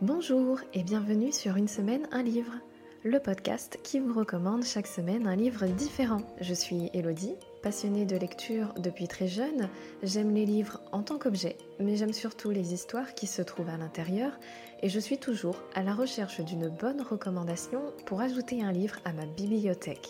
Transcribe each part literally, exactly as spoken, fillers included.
Bonjour et bienvenue sur Une semaine, un livre, le podcast qui vous recommande chaque semaine un livre différent. Je suis Elodie, passionnée de lecture depuis très jeune. J'aime les livres en tant qu'objet, mais j'aime surtout les histoires qui se trouvent à l'intérieur et je suis toujours à la recherche d'une bonne recommandation pour ajouter un livre à ma bibliothèque.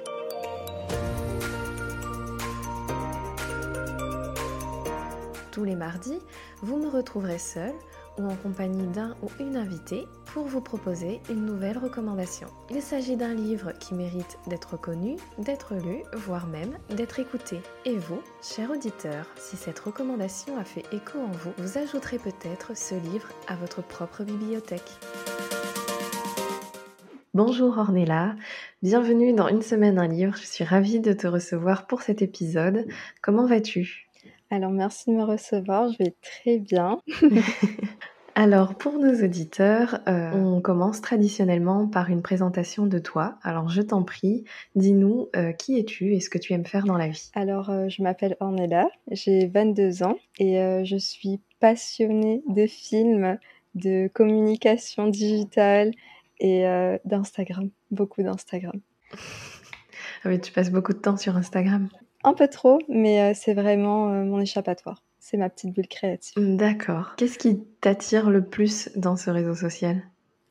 Tous les mardis, vous me retrouverez seule ou en compagnie d'un ou une invitée pour vous proposer une nouvelle recommandation. Il s'agit d'un livre qui mérite d'être connu, d'être lu, voire même d'être écouté. Et vous, chers auditeurs, si cette recommandation a fait écho en vous, vous ajouterez peut-être ce livre à votre propre bibliothèque. Bonjour Ornella, bienvenue dans Une semaine, un livre. Je suis ravie de te recevoir pour cet épisode. Comment vas-tu ? Alors merci de me recevoir, je vais très bien. Alors pour nos auditeurs, euh, on commence traditionnellement par une présentation de toi. Alors je t'en prie, dis-nous euh, qui es-tu et ce que tu aimes faire dans la vie. Alors euh, je m'appelle Ornella, j'ai vingt-deux ans et euh, je suis passionnée de films, de communication digitale et euh, d'Instagram, beaucoup d'Instagram. Ah oui, tu passes beaucoup de temps sur Instagram. Un peu trop, mais euh, c'est vraiment euh, mon échappatoire. C'est ma petite bulle créative. D'accord. Qu'est-ce qui t'attire le plus dans ce réseau social ?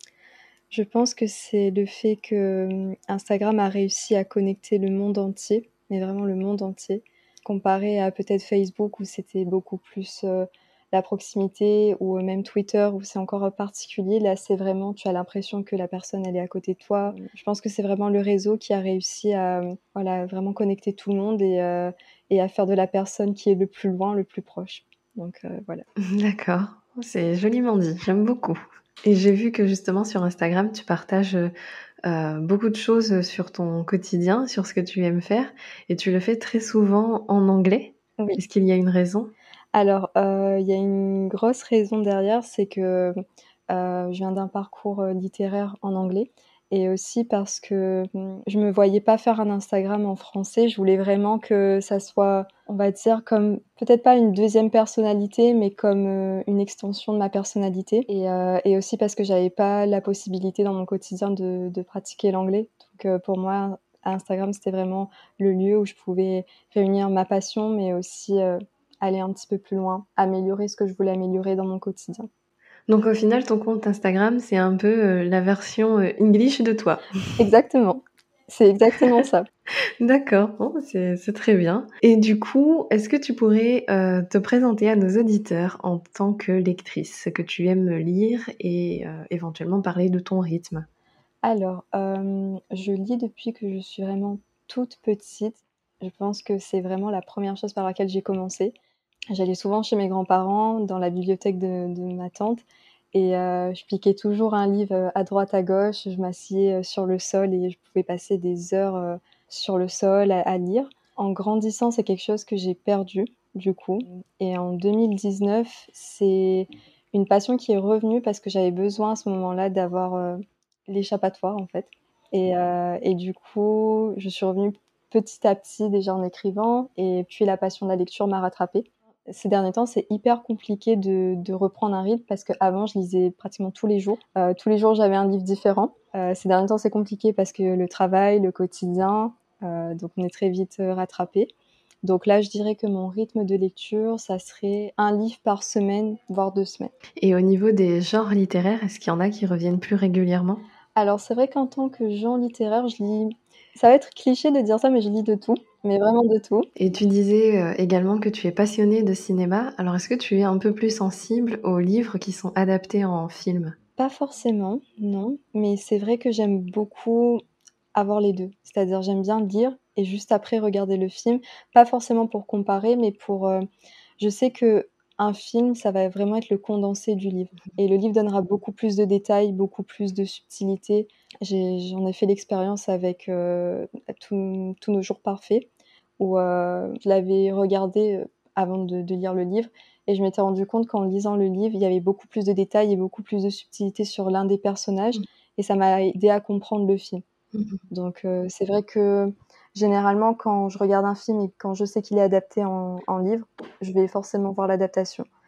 Je pense que c'est le fait que euh, Instagram a réussi à connecter le monde entier, mais vraiment le monde entier, comparé à peut-être Facebook où c'était beaucoup plus euh, la proximité, ou euh, même Twitter où c'est encore particulier. Là, c'est vraiment, tu as l'impression que la personne, elle est à côté de toi. Je pense que c'est vraiment le réseau qui a réussi à euh, voilà, vraiment connecter tout le monde et, euh, et à faire de la personne qui est le plus loin, le plus proche. Donc euh, voilà. D'accord, c'est joliment dit, j'aime beaucoup. Et j'ai vu que justement sur Instagram, tu partages euh, beaucoup de choses sur ton quotidien, sur ce que tu aimes faire, et tu le fais très souvent en anglais. Oui. Est-ce qu'il y a une raison ? Alors, euh, il y a une grosse raison derrière, c'est que euh, je viens d'un parcours euh, littéraire en anglais et aussi parce que hum, je me voyais pas faire un Instagram en français. Je voulais vraiment que ça soit, on va dire, comme peut-être pas une deuxième personnalité, mais comme euh, une extension de ma personnalité. Et, euh, et aussi parce que j'avais pas la possibilité dans mon quotidien de, de pratiquer l'anglais. Donc euh, pour moi, Instagram, c'était vraiment le lieu où je pouvais réunir ma passion, mais aussi euh, aller un petit peu plus loin, améliorer ce que je voulais améliorer dans mon quotidien. Donc au final, ton compte Instagram, c'est un peu euh, la version euh, English de toi. Exactement, c'est exactement ça. D'accord, bon, c'est, c'est très bien. Et du coup, est-ce que tu pourrais euh, te présenter à nos auditeurs en tant que lectrice, ce que tu aimes lire et euh, éventuellement parler de ton rythme ? Alors, euh, je lis depuis que je suis vraiment toute petite. Je pense que c'est vraiment la première chose par laquelle j'ai commencé. J'allais souvent chez mes grands-parents, dans la bibliothèque de, de ma tante, et euh, je piquais toujours un livre à droite, à gauche. Je m'asseyais sur le sol et je pouvais passer des heures euh, sur le sol à, à lire. En grandissant, c'est quelque chose que j'ai perdu, du coup. Et en deux mille dix-neuf, c'est une passion qui est revenue parce que j'avais besoin à ce moment-là d'avoir euh, l'échappatoire, en fait. Et, euh, et du coup, je suis revenue petit à petit déjà en écrivant, et puis la passion de la lecture m'a rattrapée. Ces derniers temps, c'est hyper compliqué de, de reprendre un rythme parce qu'avant, je lisais pratiquement tous les jours. Euh, tous les jours, j'avais un livre différent. Euh, ces derniers temps, c'est compliqué parce que le travail, le quotidien, euh, donc on est très vite euh, rattrapé. Donc là, je dirais que mon rythme de lecture, ça serait un livre par semaine, voire deux semaines. Et au niveau des genres littéraires, est-ce qu'il y en a qui reviennent plus régulièrement ? Alors, c'est vrai qu'en tant que genre littéraire, je lis... Ça va être cliché de dire ça, mais je lis de tout, mais vraiment de tout. Et tu disais euh, également que tu es passionnée de cinéma. Alors est-ce que tu es un peu plus sensible aux livres qui sont adaptés en film ? Pas forcément, non, mais c'est vrai que j'aime beaucoup avoir les deux. C'est-à-dire, j'aime bien lire et juste après regarder le film, pas forcément pour comparer, mais pour, heu, je sais qu'un film, ça va vraiment être le condensé du livre, et le livre donnera beaucoup plus de détails, beaucoup plus de subtilité. J'ai j'en ai fait l'expérience avec, heu, Tous tous nos jours parfaits, où, heu, je l'avais regardé, heu, avant de de lire le livre, et je m'étais rendu compte qu'en lisant le livre, il y avait beaucoup plus de détails et beaucoup plus de subtilité sur l'un des personnages, Mmh. et ça m'a aidé à comprendre le film. Mmh. Donc heu, c'est vrai que généralement quand je regarde un film et quand je sais qu'il est adapté en en livre, je vais forcément voir l'adaptation.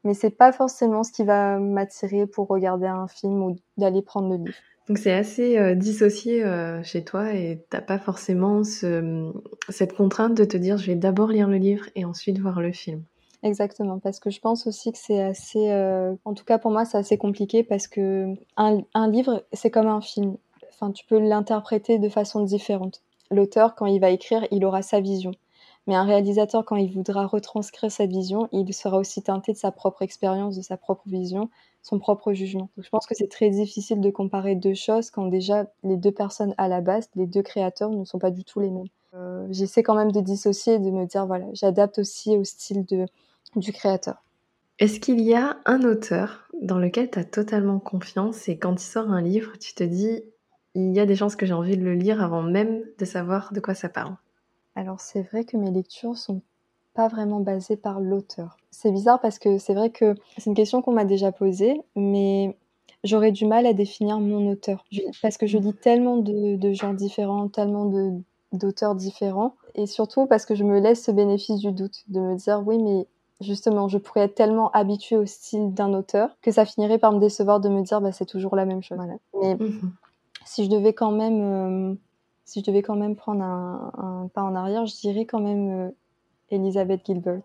mais c'est pas forcément ce qui va m'attirer pour regarder un film ou d'aller prendre le livre. Donc c'est assez euh, dissocié euh, chez toi et t'as pas forcément ce, cette contrainte de te dire je vais d'abord lire le livre et ensuite voir le film. Exactement, parce que je pense aussi que c'est assez, euh, en tout cas pour moi, c'est assez compliqué parce que un, un livre, c'est comme un film. Enfin, tu peux l'interpréter de façon différente. L'auteur, quand il va écrire, il aura sa vision. Mais un réalisateur, quand il voudra retranscrire cette vision, il sera aussi teinté de sa propre expérience, de sa propre vision, son propre jugement. Donc, je pense que c'est très difficile de comparer deux choses quand déjà les deux personnes à la base, les deux créateurs ne sont pas du tout les mêmes. Euh, j'essaie quand même de dissocier et de me dire, voilà, j'adapte aussi au style de, du créateur. Est-ce qu'il y a un auteur dans lequel tu as totalement confiance et quand il sort un livre, tu te dis il y a des chances que j'ai envie de le lire avant même de savoir de quoi ça parle? Alors c'est vrai que mes lectures sont pas vraiment basées par l'auteur. C'est bizarre parce que c'est vrai que c'est une question qu'on m'a déjà posée, mais j'aurais du mal à définir mon auteur. Je, parce que je lis tellement de, de gens différents, tellement de, d'auteurs différents, et surtout parce que je me laisse ce bénéfice du doute, de me dire oui mais justement je pourrais être tellement habituée au style d'un auteur que ça finirait par me décevoir de me dire bah c'est toujours la même chose. Voilà. Mais mmh. si je devais quand même... Euh, Si je devais quand même prendre un, un pas en arrière, je dirais quand même euh, Elizabeth Gilbert.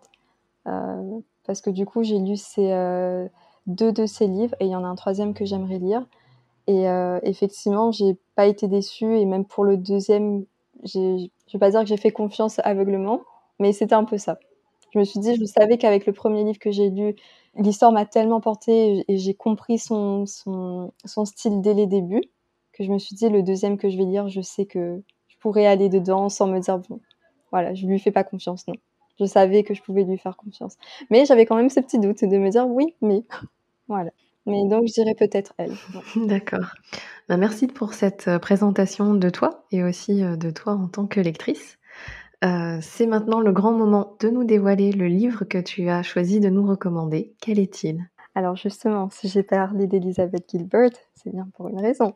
Euh, parce que du coup, j'ai lu ces, euh, deux de ses livres et il y en a un troisième que j'aimerais lire. Et euh, effectivement, j'ai pas été déçue et même pour le deuxième, j'ai, je vais pas dire que j'ai fait confiance aveuglement, mais c'était un peu ça. Je me suis dit, je savais qu'avec le premier livre que j'ai lu, l'histoire m'a tellement portée et j'ai compris son, son, son style dès les débuts que je me suis dit, le deuxième que je vais lire, je sais que je pourrais aller dedans sans me dire, bon, voilà, je lui fais pas confiance, non. Je savais que je pouvais lui faire confiance. Mais j'avais quand même ce petit doute de me dire, oui, mais voilà. Mais donc, je dirais peut-être elle. Ouais. D'accord. Ben, merci pour cette présentation de toi et aussi de toi en tant que lectrice. Euh, c'est maintenant le grand moment de nous dévoiler le livre que tu as choisi de nous recommander. Quel est-il ? Alors justement, si j'ai parlé d'Elizabeth Gilbert, c'est bien pour une raison.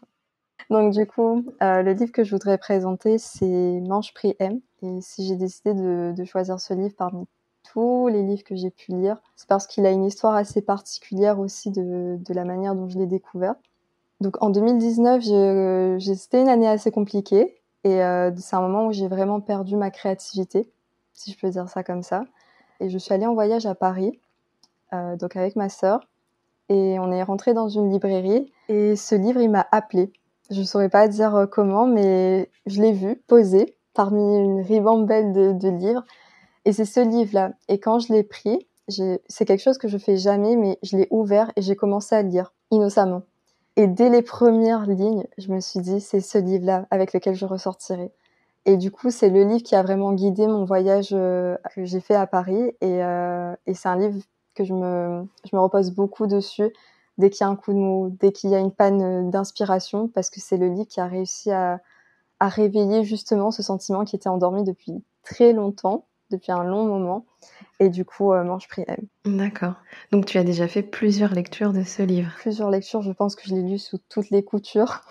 Donc du coup, euh, le livre que je voudrais présenter, c'est Mange, prie, aime. Et si j'ai décidé de, de choisir ce livre parmi tous les livres que j'ai pu lire, c'est parce qu'il a une histoire assez particulière aussi de, de la manière dont je l'ai découvert. Donc en deux mille dix-neuf, j'ai, j'ai, c'était une année assez compliquée. Et euh, c'est un moment où j'ai vraiment perdu ma créativité, si je peux dire ça comme ça. Et je suis allée en voyage à Paris, euh, donc avec ma sœur. Et on est rentré dans une librairie. Et ce livre, il m'a appelée. Je ne saurais pas dire comment, mais je l'ai vu posé parmi une ribambelle de, de livres. Et c'est ce livre-là. Et quand je l'ai pris, j'ai... c'est quelque chose que je fais jamais, mais je l'ai ouvert et j'ai commencé à lire, innocemment. Et dès les premières lignes, je me suis dit, c'est ce livre-là avec lequel je ressortirai. Et du coup, c'est le livre qui a vraiment guidé mon voyage euh, que j'ai fait à Paris. Et, euh, et c'est un livre que je me, je me repose beaucoup dessus dès qu'il y a un coup de mou, dès qu'il y a une panne d'inspiration, parce que c'est le livre qui a réussi à, à réveiller justement ce sentiment qui était endormi depuis très longtemps, depuis un long moment. Et du coup, euh, Mange, prie, aime. D'accord. Donc tu as déjà fait plusieurs lectures de ce livre. Plusieurs lectures, je pense que je l'ai lu sous toutes les coutures.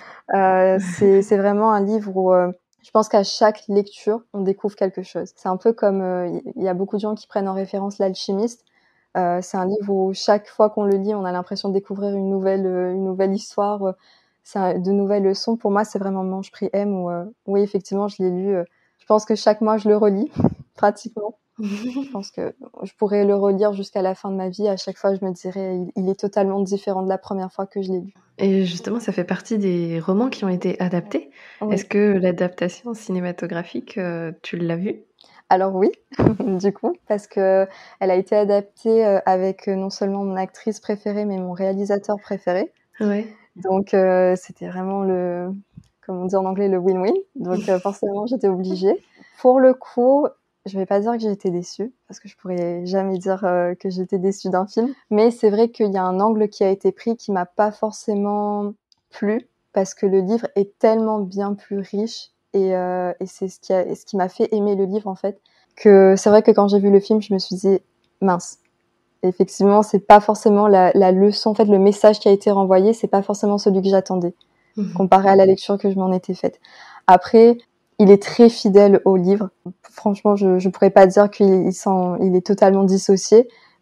euh, c'est, c'est vraiment un livre où... Euh, je pense qu'à chaque lecture, on découvre quelque chose. C'est un peu comme... Il euh, y a beaucoup de gens qui prennent en référence L'Alchimiste. Euh, c'est un livre où chaque fois qu'on le lit, on a l'impression de découvrir une nouvelle, euh, une nouvelle histoire, euh, c'est un, de nouvelles leçons. Pour moi, c'est vraiment Mange, prie, aime. Où, euh, oui, effectivement, je l'ai lu. Euh, je pense que chaque mois, je le relis, pratiquement. Je pense que je pourrais le relire jusqu'à la fin de ma vie. À chaque fois, je me dirais, il, il est totalement différent de la première fois que je l'ai lu. Et justement, ça fait partie des romans qui ont été adaptés. Oui. Est-ce que l'adaptation cinématographique, euh, tu l'as vue ? Alors oui, du coup, parce que elle a été adaptée avec non seulement mon actrice préférée, mais mon réalisateur préféré. Ouais. Donc euh, c'était vraiment le, comme on dit en anglais, le win-win. Donc euh, forcément, j'étais obligée. Pour le coup, je vais pas dire que j'ai été déçue, parce que je pourrais jamais dire euh, que j'étais déçue d'un film. Mais c'est vrai qu'il y a un angle qui a été pris qui m'a pas forcément plu, parce que le livre est tellement bien plus riche. Et, euh, et c'est ce qui, a, ce qui m'a fait aimer le livre, en fait. Que c'est vrai que quand j'ai vu le film, je me suis dit, mince. Et effectivement, c'est pas forcément la, la leçon, en fait, le message qui a été renvoyé, c'est pas forcément celui que j'attendais, mmh. comparé à la lecture que je m'en étais faite. Après, il est très fidèle au livre. Franchement, je, je pourrais pas dire qu'il il, il est totalement dissocié,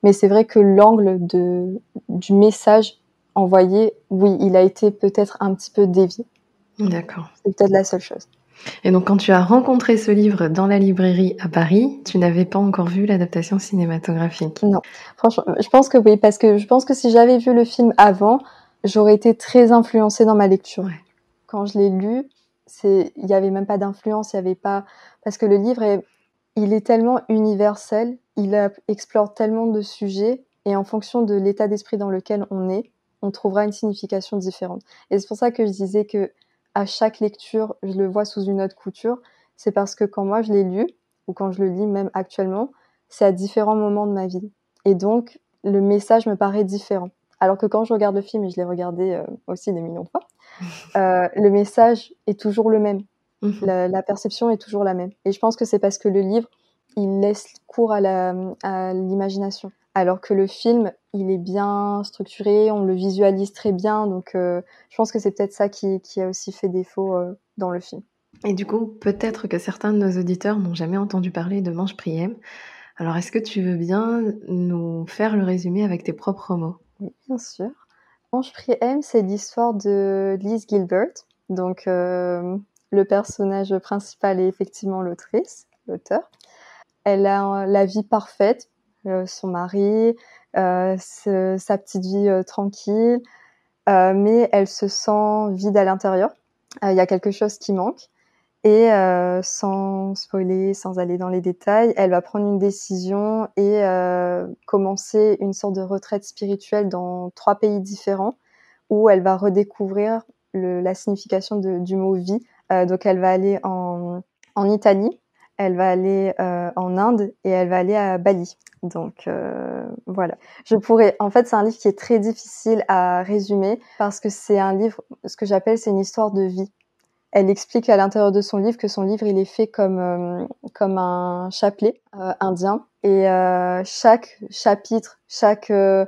Mais c'est vrai que l'angle de, du message envoyé, oui, il a été peut-être un petit peu dévié. D'accord. C'est peut-être la seule chose. Et donc quand tu as rencontré ce livre dans la librairie à Paris, tu n'avais pas encore vu l'adaptation cinématographique? Non, franchement, je pense que oui, parce que je pense que si j'avais vu le film avant, j'aurais été très influencée dans ma lecture. Ouais. Quand je l'ai lu, c'est, il y avait même pas d'influence, il y avait pas, parce que le livre est, il est tellement universel, il a- explore tellement de sujets, et en fonction de l'état d'esprit dans lequel on est, on trouvera une signification différente. Et c'est pour ça que je disais que à chaque lecture, je le vois sous une autre couture. C'est parce que quand moi je l'ai lu, ou quand je le lis même actuellement, c'est à différents moments de ma vie. Et donc, le message me paraît différent. Alors que quand je regarde le film, et je l'ai regardé euh, aussi des millions de fois, euh, le message est toujours le même. Mmh. La, la perception est toujours la même. Et je pense que c'est parce que le livre, il laisse cours à, la, à l'imagination. Alors que le film, il est bien structuré, on le visualise très bien. Donc, euh, je pense que c'est peut-être ça qui, qui a aussi fait défaut euh, dans le film. Et du coup, peut-être que certains de nos auditeurs n'ont jamais entendu parler de Mange Prix M. Alors, est-ce que tu veux bien nous faire le résumé avec tes propres mots? Oui, bien sûr. Mange Prix M, c'est l'histoire de Liz Gilbert. Donc, euh, le personnage principal est effectivement l'autrice, l'auteur. Elle a la vie parfaite, euh, son mari, euh, ce, sa petite vie euh, tranquille, euh, mais elle se sent vide à l'intérieur. Il euh, y a quelque chose qui manque. Et euh, sans spoiler, sans aller dans les détails, elle va prendre une décision et euh, commencer une sorte de retraite spirituelle dans trois pays différents où elle va redécouvrir le, la signification de, du mot vie. Euh, donc elle va aller en, en Italie, elle va aller euh, en Inde et elle va aller à Bali. Donc euh, voilà. Je pourrais. En fait, c'est un livre qui est très difficile à résumer parce que c'est un livre, ce que j'appelle, c'est une histoire de vie. Elle explique à l'intérieur de son livre que son livre, il est fait comme, euh, comme un chapelet euh, indien. Et euh, chaque chapitre, chaque euh,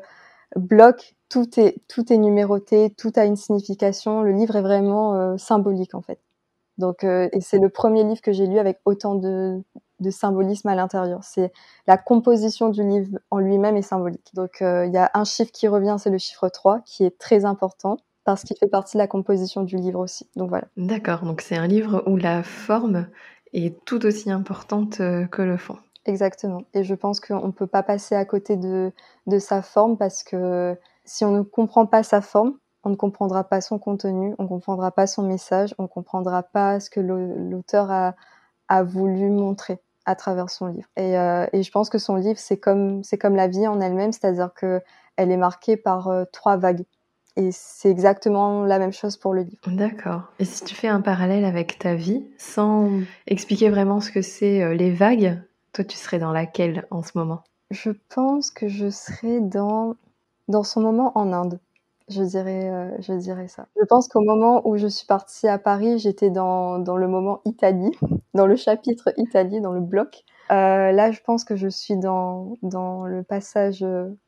bloc, tout est, tout est numéroté, tout a une signification. Le livre est vraiment euh, symbolique, en fait. Donc, euh, et c'est le premier livre que j'ai lu avec autant de, de symbolisme à l'intérieur. C'est la composition du livre en lui-même est symbolique. Donc, euh, il y a un chiffre qui revient, c'est le chiffre trois, qui est très important parce qu'il fait partie de la composition du livre aussi. Donc voilà. D'accord, donc c'est un livre où la forme est tout aussi importante euh, que le fond. Exactement. Et je pense qu'on ne peut pas passer à côté de, de sa forme parce que si on ne comprend pas sa forme, on ne comprendra pas son contenu, on ne comprendra pas son message, on ne comprendra pas ce que l'auteur a, a voulu montrer à travers son livre. Et, euh, et je pense que son livre, c'est comme, c'est comme la vie en elle-même, c'est-à-dire qu'elle est marquée par euh, trois vagues. Et c'est exactement la même chose pour le livre. D'accord. Et si tu fais un parallèle avec ta vie, sans expliquer vraiment ce que c'est euh, les vagues, toi tu serais dans laquelle en ce moment? Je pense que je serais dans, dans son moment en Inde. Je dirais, euh, je dirais ça. Je pense qu'au moment où je suis partie à Paris, j'étais dans, dans le moment Italie, dans le chapitre Italie, dans le bloc. Euh, là, je pense que je suis dans, dans le passage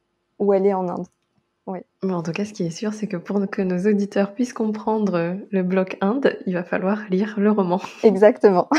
où elle est en Inde. Oui. Mais en tout cas, ce qui est sûr, c'est que pour que nos auditeurs puissent comprendre le bloc Inde, il va falloir lire le roman. Exactement.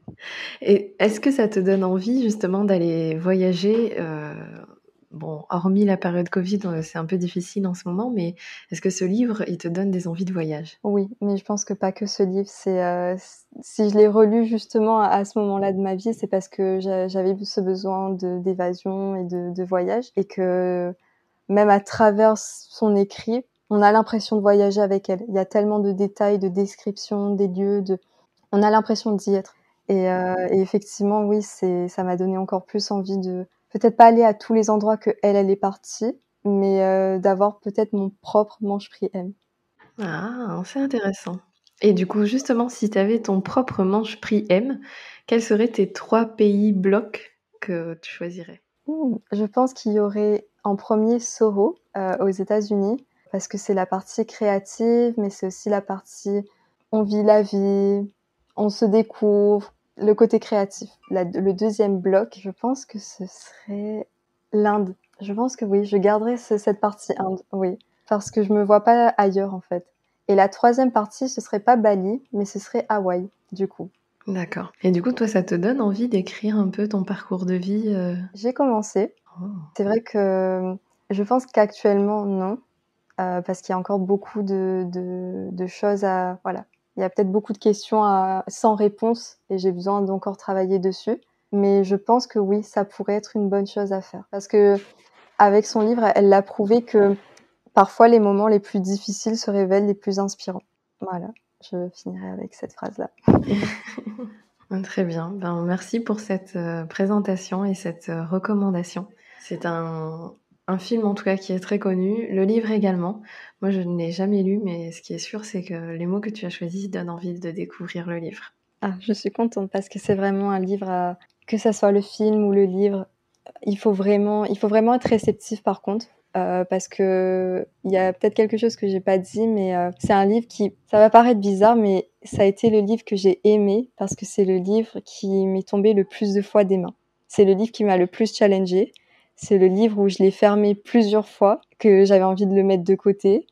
Et est-ce que ça te donne envie justement d'aller voyager euh, Bon, hormis la période Covid, c'est un peu difficile en ce moment, mais est-ce que ce livre, il te donne des envies de voyage? Oui, mais je pense que pas que ce livre. C'est euh, si je l'ai relu justement à ce moment-là de ma vie, c'est parce que j'avais eu ce besoin de d'évasion et de, de voyage, et que même à travers son écrit, on a l'impression de voyager avec elle. Il y a tellement de détails, de descriptions des lieux, de, on a l'impression d'y être. Et, euh, et effectivement, oui, c'est, ça m'a donné encore plus envie de, peut-être pas aller à tous les endroits que elle, elle est partie, mais euh, d'avoir peut-être mon propre Mange Prix M. Ah, c'est intéressant. Et du coup, justement, si tu avais ton propre Mange Prix M, quels seraient tes trois pays blocs que tu choisirais? Mmh, je pense qu'il y aurait en premier Soho euh, aux États-Unis parce que c'est la partie créative, mais c'est aussi la partie on vit la vie, on se découvre, le côté créatif. La, le deuxième bloc, je pense que ce serait l'Inde. Je pense que oui, je garderais ce, cette partie Inde, oui, parce que je me vois pas ailleurs en fait. Et la troisième partie, ce serait pas Bali, mais ce serait Hawaï, du coup. D'accord. Et du coup, toi, ça te donne envie d'écrire un peu ton parcours de vie euh... J'ai commencé. Oh. C'est vrai que je pense qu'actuellement, non, euh, parce qu'il y a encore beaucoup de, de, de choses à... Voilà, il y a peut-être beaucoup de questions à, sans réponse et j'ai besoin d'encore travailler dessus. Mais je pense que oui, ça pourrait être une bonne chose à faire. Parce que avec son livre, elle l'a prouvé que parfois les moments les plus difficiles se révèlent les plus inspirants. Voilà, je finirai avec cette phrase-là. Très bien, ben, merci pour cette euh, présentation et cette euh, recommandation. C'est un, un film en tout cas qui est très connu, le livre également. Moi je ne l'ai jamais lu, mais ce qui est sûr c'est que les mots que tu as choisis donnent envie de découvrir le livre. Ah, je suis contente parce que c'est vraiment un livre, à... que ça soit le film ou le livre, il faut vraiment, il faut vraiment être réceptif par contre. Euh, parce que il y a peut-être quelque chose que j'ai pas dit, mais euh, c'est un livre qui, ça va paraître bizarre, mais ça a été le livre que j'ai aimé parce que c'est le livre qui m'est tombé le plus de fois des mains. C'est le livre qui m'a le plus challengé. C'est le livre où je l'ai fermé plusieurs fois, que j'avais envie de le mettre de côté.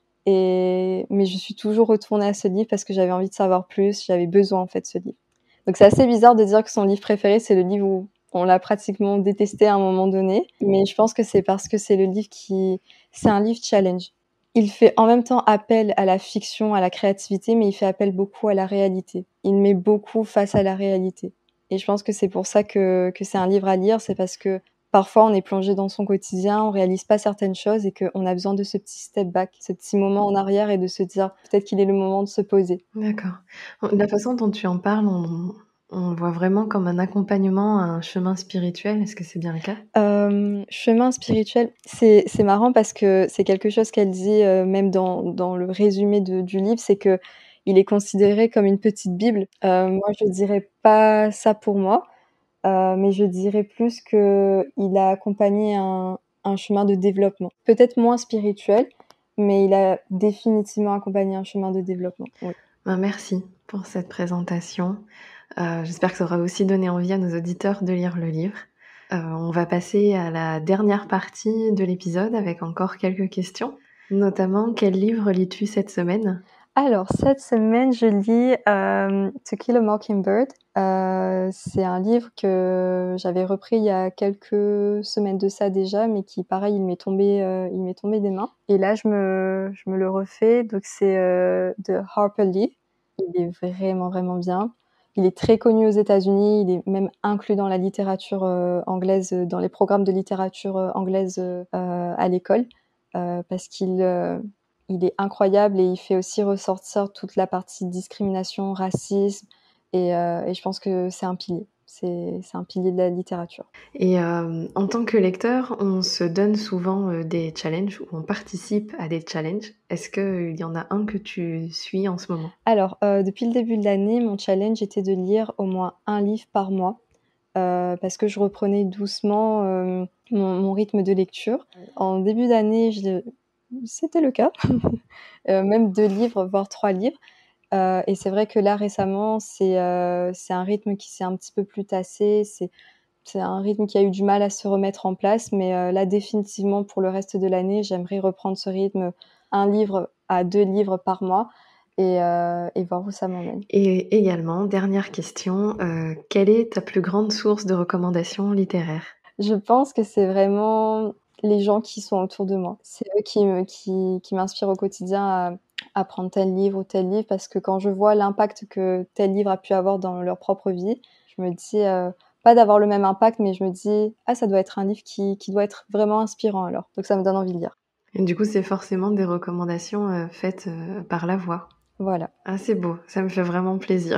Et mais je suis toujours retournée à ce livre parce que j'avais envie de savoir plus. J'avais besoin en fait de ce livre. Donc c'est assez bizarre de dire que son livre préféré c'est le livre où on l'a pratiquement détesté à un moment donné, mais je pense que c'est parce que c'est le livre qui... C'est un livre challenge. Il fait en même temps appel à la fiction, à la créativité, mais il fait appel beaucoup à la réalité. Il met beaucoup face à la réalité. Et je pense que c'est pour ça que, que c'est un livre à lire, c'est parce que parfois on est plongé dans son quotidien, on réalise pas certaines choses et qu'on a besoin de ce petit step back, ce petit moment en arrière et de se dire peut-être qu'il est le moment de se poser. D'accord. La façon dont tu en parles, on... On le voit vraiment comme un accompagnement à un chemin spirituel. Est-ce que c'est bien le cas ? euh, Chemin spirituel, c'est, c'est marrant parce que c'est quelque chose qu'elle dit euh, même dans, dans le résumé de, du livre, c'est que il est considéré comme une petite Bible. Euh, moi, je dirais pas ça pour moi, euh, mais je dirais plus que il a accompagné un, un chemin de développement. Peut-être moins spirituel, mais il a définitivement accompagné un chemin de développement. Oui. Ben, merci pour cette présentation. Euh, j'espère que ça aura aussi donné envie à nos auditeurs de lire le livre. Euh, on va passer à la dernière partie de l'épisode avec encore quelques questions. Notamment, quel livre lis-tu cette semaine ? Alors, cette semaine, je lis euh, To Kill a Mockingbird. Euh, c'est un livre que j'avais repris il y a quelques semaines de ça déjà, mais qui, pareil, il m'est tombé, euh, il m'est tombé des mains. Et là, je me, je me le refais. Donc, c'est euh, de Harper Lee. Il est vraiment, vraiment bien. Il est très connu aux États-Unis. Il est même inclus dans la littérature euh, anglaise, dans les programmes de littérature euh, anglaise euh, à l'école, euh, parce qu'il euh, il est incroyable et il fait aussi ressortir toute la partie discrimination, racisme, et, euh, et je pense que c'est un pilier. C'est, c'est un pilier de la littérature. Et euh, en tant que lecteur, on se donne souvent euh, des challenges ou on participe à des challenges. Est-ce qu'il y en a un que tu suis en ce moment ? Alors, euh, depuis le début de l'année, mon challenge était de lire au moins un livre par mois. Euh, parce que je reprenais doucement euh, mon, mon rythme de lecture. En début d'année, je... c'était le cas, euh, même deux livres, voire trois livres. Euh, et c'est vrai que là, récemment, c'est, euh, c'est un rythme qui s'est un petit peu plus tassé, c'est, c'est un rythme qui a eu du mal à se remettre en place, mais euh, là, définitivement, pour le reste de l'année, j'aimerais reprendre ce rythme, un livre à deux livres par mois, et, euh, et voir où ça m'emmène. Et également, dernière question, euh, quelle est ta plus grande source de recommandations littéraires ? Je pense que c'est vraiment les gens qui sont autour de moi. C'est eux qui, me, qui, qui m'inspirent au quotidien à, à prendre tel livre ou tel livre, parce que quand je vois l'impact que tel livre a pu avoir dans leur propre vie, je me dis, euh, pas d'avoir le même impact, mais je me dis, ah, ça doit être un livre qui, qui doit être vraiment inspirant alors. Donc ça me donne envie de lire. Et du coup, c'est forcément des recommandations euh, faites euh, par la voix. Voilà. Ah, c'est beau, ça me fait vraiment plaisir.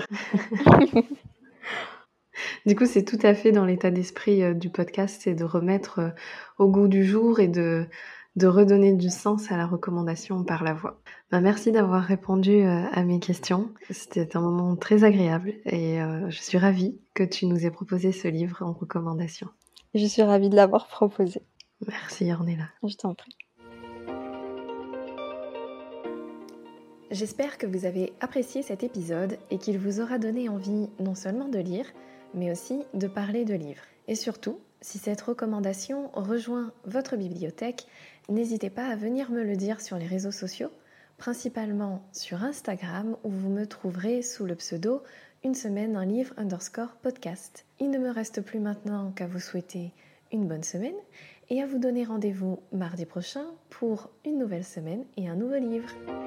Du coup, c'est tout à fait dans l'état d'esprit euh, du podcast, c'est de remettre euh, au goût du jour et de, de redonner du sens à la recommandation par la voix. Ben, merci d'avoir répondu euh, à mes questions. C'était un moment très agréable et euh, je suis ravie que tu nous aies proposé ce livre en recommandation. Je suis ravie de l'avoir proposé. Merci, Ornella. Je t'en prie. J'espère que vous avez apprécié cet épisode et qu'il vous aura donné envie non seulement de lire, mais aussi de parler de livres. Et surtout, si cette recommandation rejoint votre bibliothèque, n'hésitez pas à venir me le dire sur les réseaux sociaux, principalement sur Instagram où vous me trouverez sous le pseudo une semaine un livre underscore podcast. Il ne me reste plus maintenant qu'à vous souhaiter une bonne semaine et à vous donner rendez-vous mardi prochain pour une nouvelle semaine et un nouveau livre.